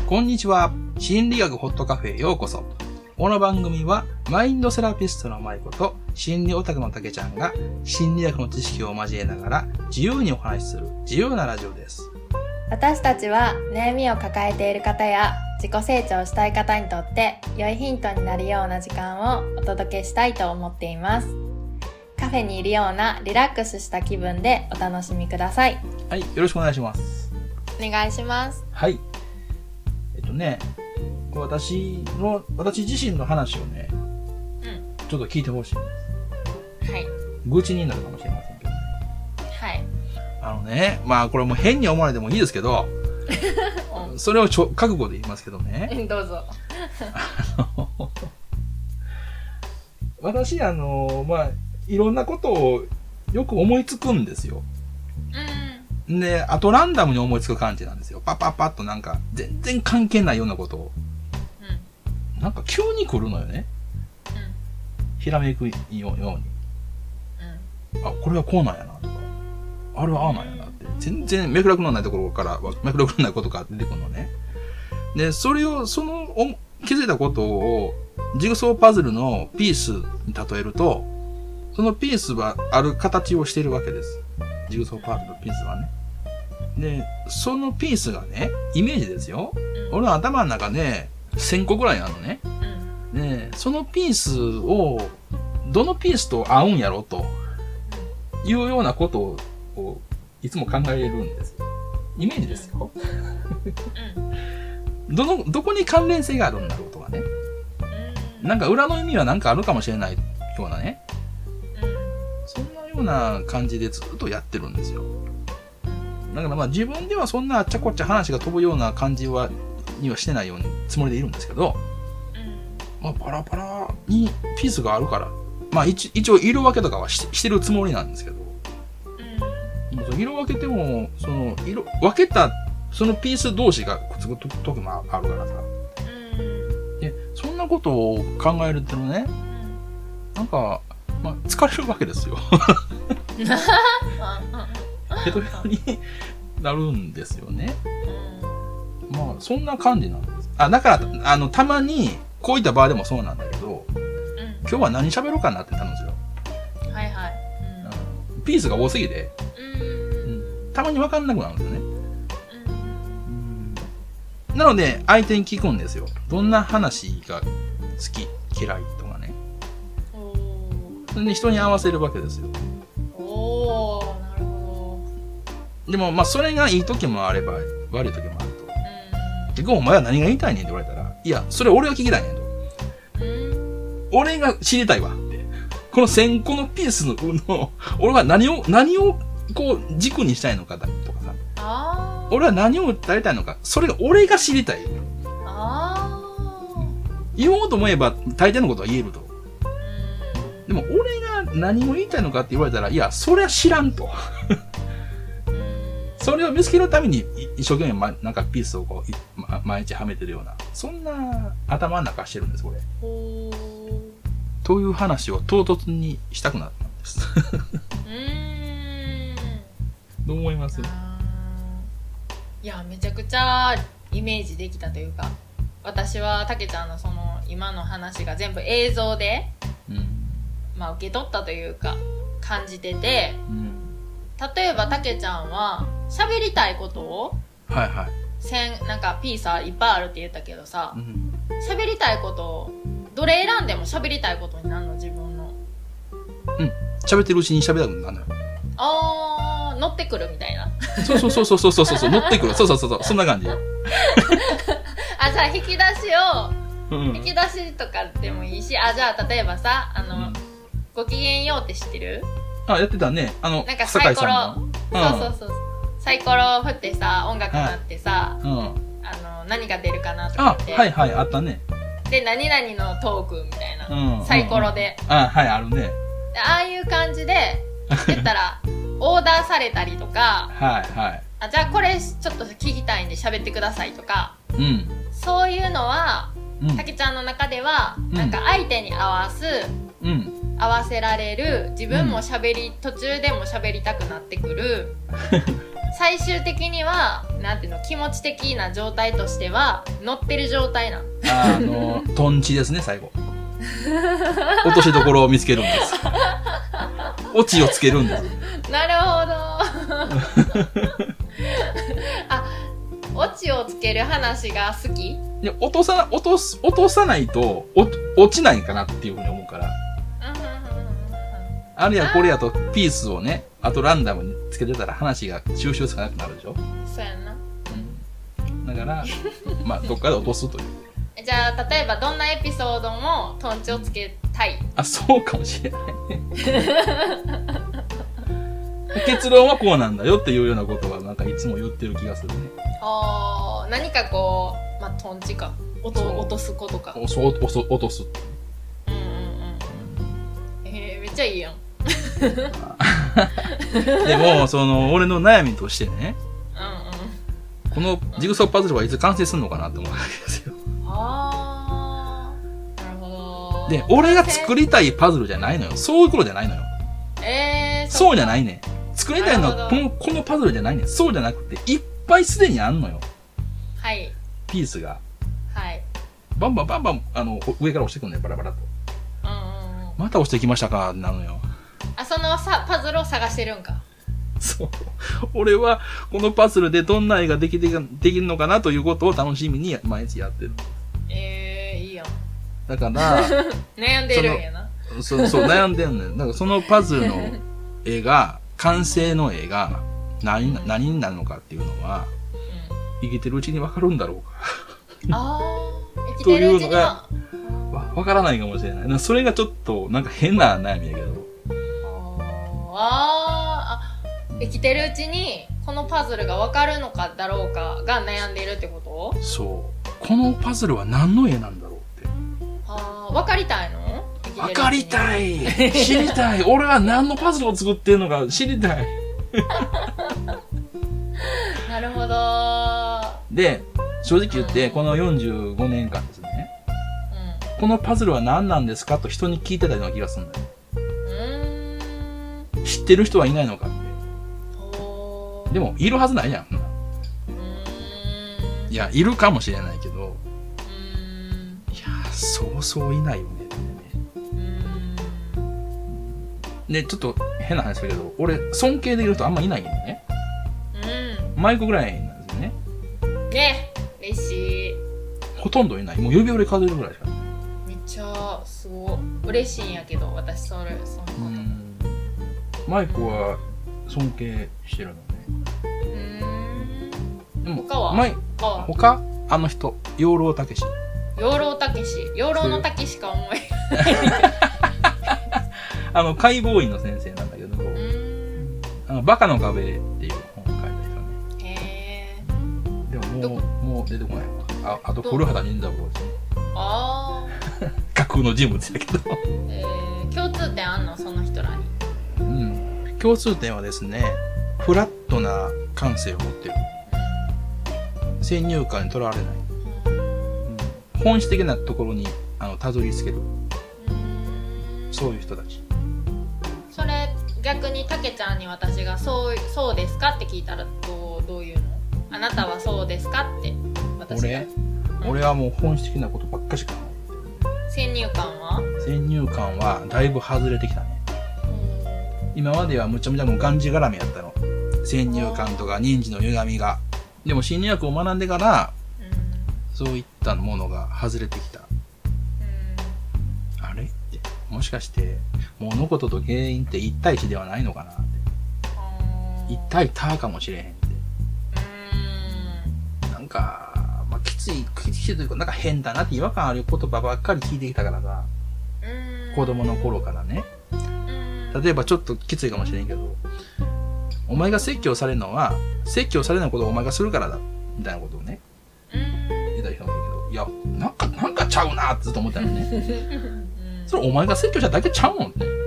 こんにちは。心理学ホットカフェへようこそ。この番組はマインドセラピストのまいこと心理オタクのたけちゃんが心理学の知識を交えながら自由にお話しする自由なラジオです。 私たちは悩みを抱えている方や自己成長したい方にとって良いヒントになるような時間をお届けしたいと思っています。カフェにいるようなリラックスした気分でお楽しみください。 はい、よろしくお願いします。 お願いします。 はい。私自身の話をね、ちょっと聞いてほしいんです。 はい。 愚痴になるかもしれませんけどね。 はい。 まあこれも変に思われてもいいですけど、それを覚悟で言いますけどね。 どうぞ。 私、いろんなことをよく思いつくんですよ。で、あとランダムに思いつく感じなんですよ。パッパッパッとなんか、全然関係ないようなことを。なんか急に来るのよね。ひらめくように。あ、これはこうなんやなとか、あれはああなんやなって、全然脈絡のないところから、脈絡のないことが出てくるのね。で、それを、気づいたことを、ジグソーパズルのピースに例えると、そのピースはある形をしているわけです。ジグソーパズルのピースはね。で、そのピースがね、イメージですよ。俺の頭の中で1000個ぐらいあるのね。で、そのピースを、どのピースと合うんやろというようなことをいつも考えるんです。イメージですよ。どこに関連性があるんだろうとかね。なんか裏の意味はなんかあるかもしれないようなね。そんなような感じでずっとやってるんですよ。だからまあ自分ではそんなあっちゃこっちゃ話が飛ぶような感じにはしてないようにつもりでいるんですけど、まあパラパラにピースがあるから、まあ一応色分けとかはしてるつもりなんですけど、色分けても、分けたそのピース同士がくっつく時もあるからさ。で、そんなことを考えるってのね、なんか、まあ疲れるわけですよ。ヘトヘトになるんですよね。まあ、そんな感じなんです。だから、たまに、こういった場でもそうなんだけど、今日は何喋ろうかなって言ったんですよ。 はいはい。 ピースが多すぎて、たまに分かんなくなるんですよね。なので、相手に聞くんですよ。どんな話が好き、嫌いとかね。それで人に合わせるわけですよ。でも、まあ、それがいい時もあれば、悪い時もあると。結局、お前は何が言いたいねんって言われたら、いや、それ俺が聞きたいねんと。俺が知りたいわって。この1000個のピースの、俺は何をこう、軸にしたいのかだとかさ。俺は何を訴えたいのか、それが俺が知りたい。言おうと思えば、大抵のことは言えると。でも、俺が何を言いたいのかって言われたら、いや、それは知らんと。それを見つけるために一生懸命なんかピースをこう毎日はめてるような、そんな頭の中してるんですこれ。という話を唐突にしたくなったんです。どう思います？ いや、めちゃくちゃイメージできたというか、私はたけちゃんのその今の話が全部映像で、まあ受け取ったというか感じてて。例えばたけちゃんは喋りたいことをなんかピースいっぱいあるって言ったけどさ、喋りたいことをどれ選んでも喋りたいことになるの自分の。 喋ってるうちに喋りたくなるのよ。 乗ってくるみたいな。 そう乗ってくる。そうそんな感じ。じゃあ引き出しを、引き出しとかでもいいし、じゃあ例えばさごきげんようって知ってる？ やってたね。 なんかサイコロ、そう。サイコロを振ってさ、音楽鳴ってさ、何が出るかなとかって。 はい、あったね。 で、何々のトークみたいな。サイコロで。 あるね。 ああいう感じで、言ったら、オーダーされたりとか、じゃあこれちょっと聞きたいんで喋ってくださいとか、そういうのは、たけちゃんの中では、なんか相手に合わせられる、自分も途中でも喋りたくなってくる最終的にはなんていうの、気持ち的な状態としては乗ってる状態なん。 トンチですね、最後。落としどころを見つけるんです。オチをつけるんです。 なるほど。あ、オチをつける話が好き？いや、落とさないと落ちないかなっていうふうに思うから。あるいはこれやとピースをね、あとランダムにつけてたら話が収集つかなくなるでしょ。 そうやな。 だから、まあ、どっかで落とすという。 じゃあ、例えばどんなエピソードもトンチをつけたい。 あ、そうかもしれないね。結論はこうなんだよっていうようなことはなんかいつも言ってる気がするね。 何かこう、まあ、トンチか。落とすことか。 落とす。 めっちゃいいやん。 でも、俺の悩みとしてね、このジグソーパズルはいつ完成するのかなって思うわけですよ。 なるほど。 で、俺が作りたいパズルじゃないのよ。そういうことじゃないのよ。そうじゃないね。作りたいのはこのパズルじゃないね。そうじゃなくて、いっぱいすでにあんのよ。 はい。 ピースが。 はい。 バンバン、上から押してくんね、バラバラと。また押してきましたか、なのよ。 そのパズルを探してるんか。 そう。俺は、このパズルでどんな絵ができるのかなということを楽しみに毎日やってる。 いいやん。 だから、 悩んでるんやな。 そう、悩んでんねん。だからそのパズルの絵が、完成の絵が何になるのかっていうのは、生きてるうちに分かるんだろうか。 生きてるうちには。 分からないかもしれない。それがちょっと、なんか変な悩みやけど。 生きてるうちに、このパズルが分かるのかだろうかが悩んでいるってこと？ そう。このパズルは何の絵なんだろうって。 分かりたいの？ 分かりたい。知りたい。俺は何のパズルを作ってるのか知りたい。 なるほど。 で、正直言って、この45年間ですね、このパズルは何なんですかと人に聞いてたような気がするんだよ。知ってる人はいないのかって。でも、いるはずないじゃん。いや、いるかもしれないけど、いや、そうそういないよね。で、ちょっと変な話だけど、俺、尊敬できる人あんまいないんだよね。マイクぐらいなんですよね。 ね、嬉しい。 ほとんどいない。もう指折り数えるぐらいしかない。 めっちゃ、すごい。嬉しいんやけど、私、そのマイクは尊敬してるのね。でも、他あの人、養老たけし。 養老たけし。養老のたけしか思え解剖院の先生なんだけど、バカの壁っていう本を書いた人ね。でももう出てこないわ。あと古畑任三郎ですね。架空の人物だけど。 共通点あんのその人らに？ 共通点はですね、フラットな感性を持ってる。先入観にとらわれない。本質的なところにたどり着ける。そういう人たち。 それ逆にたけちゃんに私がそうですかって聞いたらどういうの？あなたはそうですかって私が。俺はもう本質的なことばっかしかない。 先入観はだいぶ外れてきたね。今まではむちゃむちゃもうがんじがらめやったの。先入観とか認知の歪みが。でも心理学を学んでから、そういったものが外れてきた。あれって、もしかして物事と原因って1対1ではないのかなって。1対他かもしれへんって。なんか、まあ、きついというか、なんか変だなって違和感ある言葉ばっかり聞いてきたからさ。子供の頃からね。例えばちょっときついかもしれんけど、お前が説教されるのは、説教されないことをお前がするからだ、みたいなことをね、言った人もいるけど、いや、なんかちゃうなってずっと思ったのね。それお前が説教しただけちゃうもんね。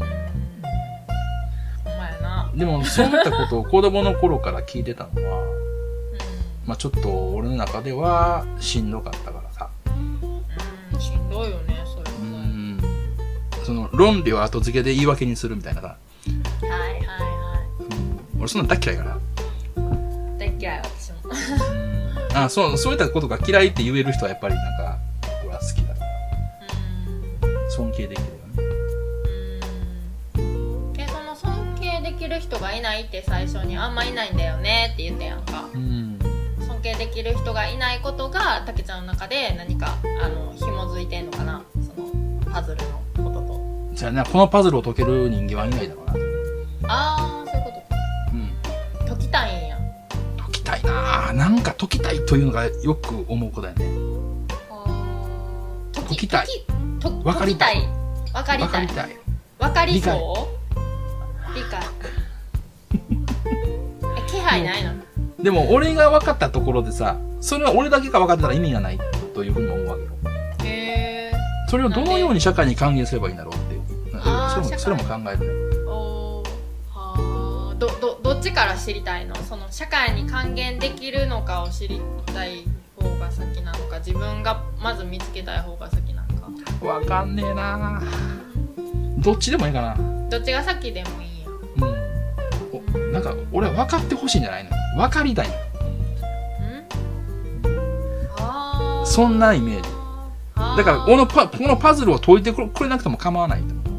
お前な。 でも、そういったことを子供の頃から聞いてたのは、まあちょっと俺の中ではしんどかったからさ。 しんどいよね、それは。 その論理を後付けで言い訳にするみたいなさ。 はいはいはい。 俺そんな大嫌いから。 そういったことが嫌いって言える人はやっぱりなんか、俺は好きだから。尊敬できるよね。その尊敬できる人がいないって最初にあんまいないんだよねって言ってやんか。尊敬できる人がいないことが、たけちゃんの中で何か、紐づいてんのかな、その、パズルのことと。 じゃあね、このパズルを解ける人間はいないだろうな。 そういうことか。解きたいんや。 解きたいなぁ。なんか解きたいというのがよく思うことだよね。解きたい。わかりたい。 わかりたい。わかりそう？理解。気配ないの？ でも俺が分かったところでさ、それは俺だけが分かってたら意味がないというふうに思うわけよ。それをどのように社会に還元すればいいんだろうっていう。それも考えるね。 どっちから知りたいの？その社会に還元できるのかを知りたい方が先なのか、自分がまず見つけたい方が先なのか。 わかんねえなぁ。どっちでもいいかな。 どっちが先でもいいや。 なんか俺は分かってほしいんじゃないの？分かりたいの。そんなイメージ。だからこのパズルを解いてくれなくても構わないと思う。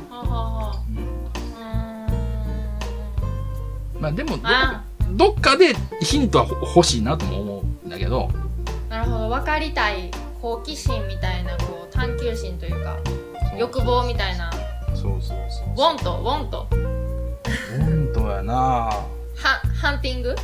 まあでもどっかでヒントは欲しいなとも思うんだけど。 なるほど、分かりたい好奇心みたいな、こう探求心というか欲望みたいな。 そうウォントやな。 ハンティング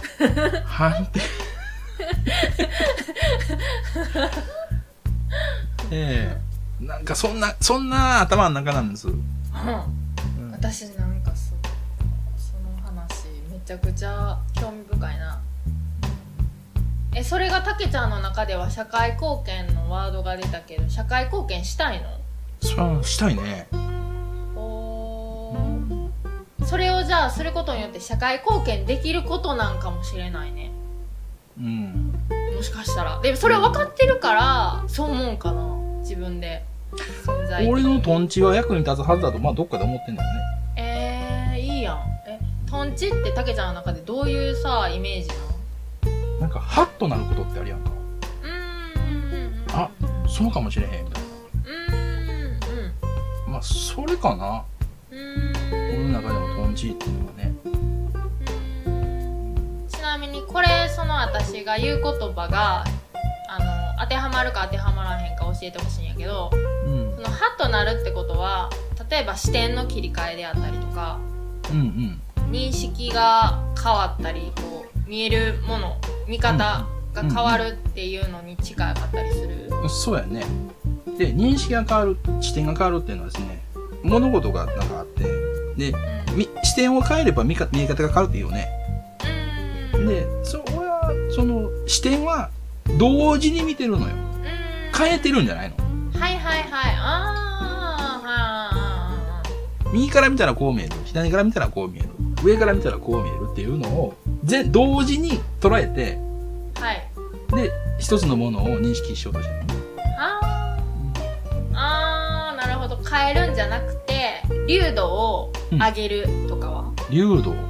なんかそんな頭の中なんです。 私なんかその話めちゃくちゃ興味深いな。それがたけちゃんの中では社会貢献のワードが出たけど、社会貢献したいの？ したいね。 それをじゃあすることによって社会貢献できることなんかもしれないね。もしかしたら。でもそれ分かってるからそう思うんかな、自分で。存在的に。 俺のトンチは役に立つはずだとどっかで思ってんだよね。いいやん。トンチってたけちゃんの中でどういうさイメージなの？ なんかハッとなることってあるやんか。そうかもしれへんみたいな。まあそれかな。俺の中でもトンチっていうのはね。 ちなみにこれその私が言う言葉が当てはまるか当てはまらへんか教えてほしいんやけど、そのハッとなるってことは、例えば視点の切り替えであったりとか、認識が変わったり、こう見えるもの、見方が変わるっていうのに近かったりする。 そうやね。で、認識が変わる、視点が変わるっていうのはですね、物事がなんかあって、で、視点を変えれば見え方が変わるっていうよね。で、俺はその視点は同時に見てるのよ。変えてるんじゃないの？右から見たらこう見える、左から見たらこう見える、上から見たらこう見えるっていうのを同時に捉えて、で一つのものを認識しようとしてるの。 なるほど。変えるんじゃなくて流度を上げるとかは？ 流度。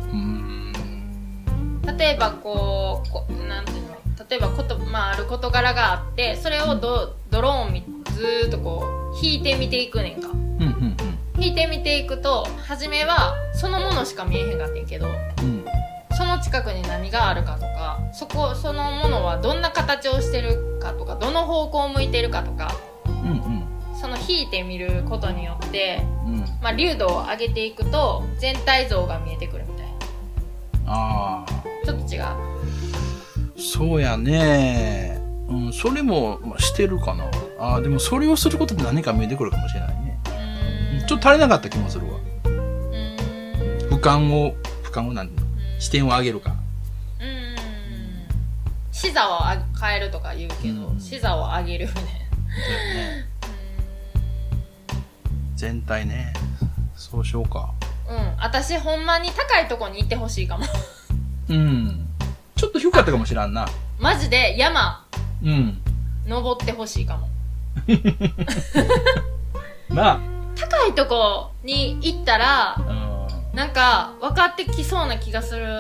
例えばこうなんていうの？例えばある事柄があって、それをドローンずーっとこう引いてみていくねんか。引いてみていくと、初めはそのものしか見えへんかってんけど、その近くに何があるかとか、そのものはどんな形をしてるかとか、どの方向を向いてるかとか、その引いてみることによって、流度を上げていくと全体像が見えてくるみたいな。ちょっと違う。 そうやね。それもしてるかな。でもそれをすることで何か見えてくるかもしれないね。ちょっと足りなかった気もするわ。俯瞰をなんていうの？視点を上げるか。 視座を変えるとか言うけど、視座を上げるみたいな。 全体ね。そうしようか。 私ほんまに高いとこに行ってほしいかも。 ちょっと低かったかもしらんな。 マジで山、登ってほしいかも。 なあ。 高いとこに行ったら、なんか分かってきそうな気がする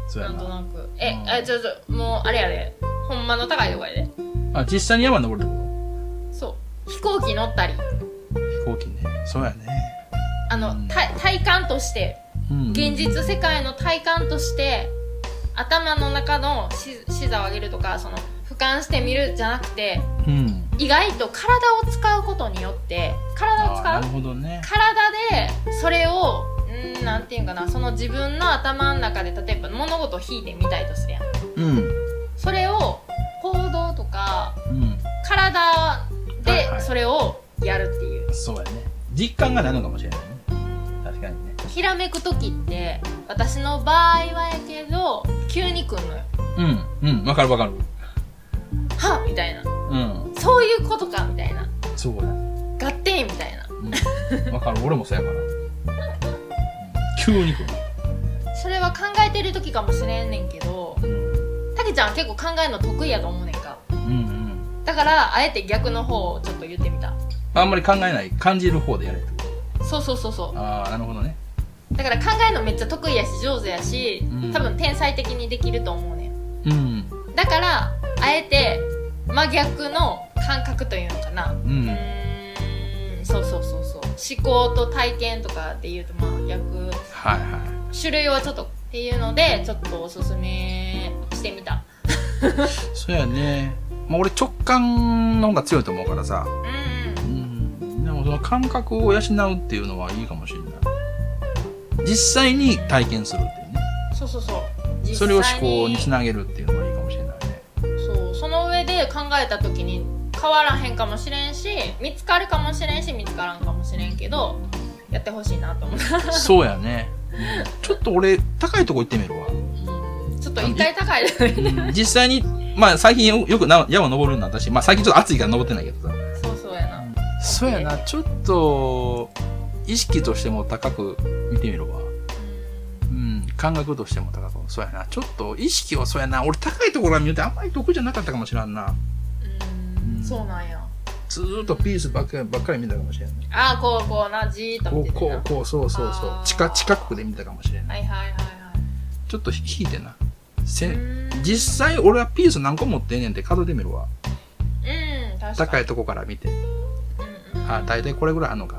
そうやな。 なんとなく。もう、あれやで。ほんまの高いとこやで。 あ、実際に山登るってこそう。飛行機乗ったり。 と？飛行機ね。そうやね。 体感として、現実世界の体感として、頭の中の視座を上げるとか、俯瞰してみるじゃなくて、意外と体を使うことによって、 なるほどね。 体で、それを、なんていうんかな、その自分の頭の中で、例えば物事を引いてみたいとするやん。それを、行動とか、体でそれをやるっていう。 そうやね。実感がないのかもしれないね。確かにね。 ひらめくときって、私の場合はやけど、急に来んのよ。 わかるわかる。 はっみたいな。そういうことかみたいな。 そうやね。 合点みたいな。 わかる。俺もそうやから。急に来る。 それは考えてるときかもしれんねんけど、たけちゃんは結構考えるの得意やと思うねんか。だから、あえて逆の方をちょっと言ってみた。 あんまり考えない、感じる方でやれってこと？そう。 ああ、なるほどね。 だから考えるのめっちゃ得意やし上手やし、多分天才的にできると思うねん。だから、あえて真逆の感覚というのかな。そう。思考と体験とかっていうと、逆。種類はちょっとっていうので、ちょっとおすすめしてみた。 そうやね。俺直感の方が強いと思うからさ。でもその感覚を養うっていうのはいいかもしれない。実際に体験するっていうね。 そう。 それを思考につなげるっていうのはいいかもしれないね。 そう。その上で考えた時に変わらへんかもしれんし、見つかるかもしれんし、見つからんかもしれんけど、やってほしいなと思った。そうやね。ちょっと俺、高いとこ行ってみるわ。 ちょっと一回高い実際に、最近よく山登るようになったし、最近ちょっと暑いから登ってないけどさ。 そうやな。 そうやな。ちょっと、意識としても高く見てみるわ。感覚としても高く。そうやな。ちょっと意識はそうやな。俺高いところが見るとあんまり得じゃなかったかもしれんな。 そうなんや。 ずーっとピースばっかり見たかもしれんね。 こうな、じーっと見ててな。 こう、そう。近くで見たかもしれん。 はい。 ちょっと引いてな。実際俺はピース何個持ってんねんって数えてみるわ。 確かに。 高いとこから見て。大体これぐらいあんのかと。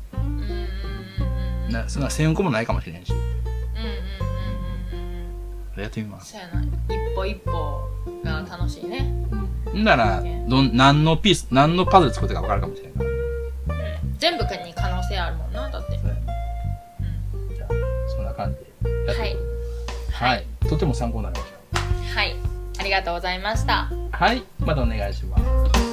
そんな1000個もないかもしれんし。やってみます。 そうやな。一歩一歩が楽しいね。 なら、何のパズル作ってるか分かるかもしれんから。 全部に可能性あるもんな、だって。 じゃあ、そんな感じでやってみる。はい。とても参考になりました。 はい。ありがとうございました。 はい。またお願いします。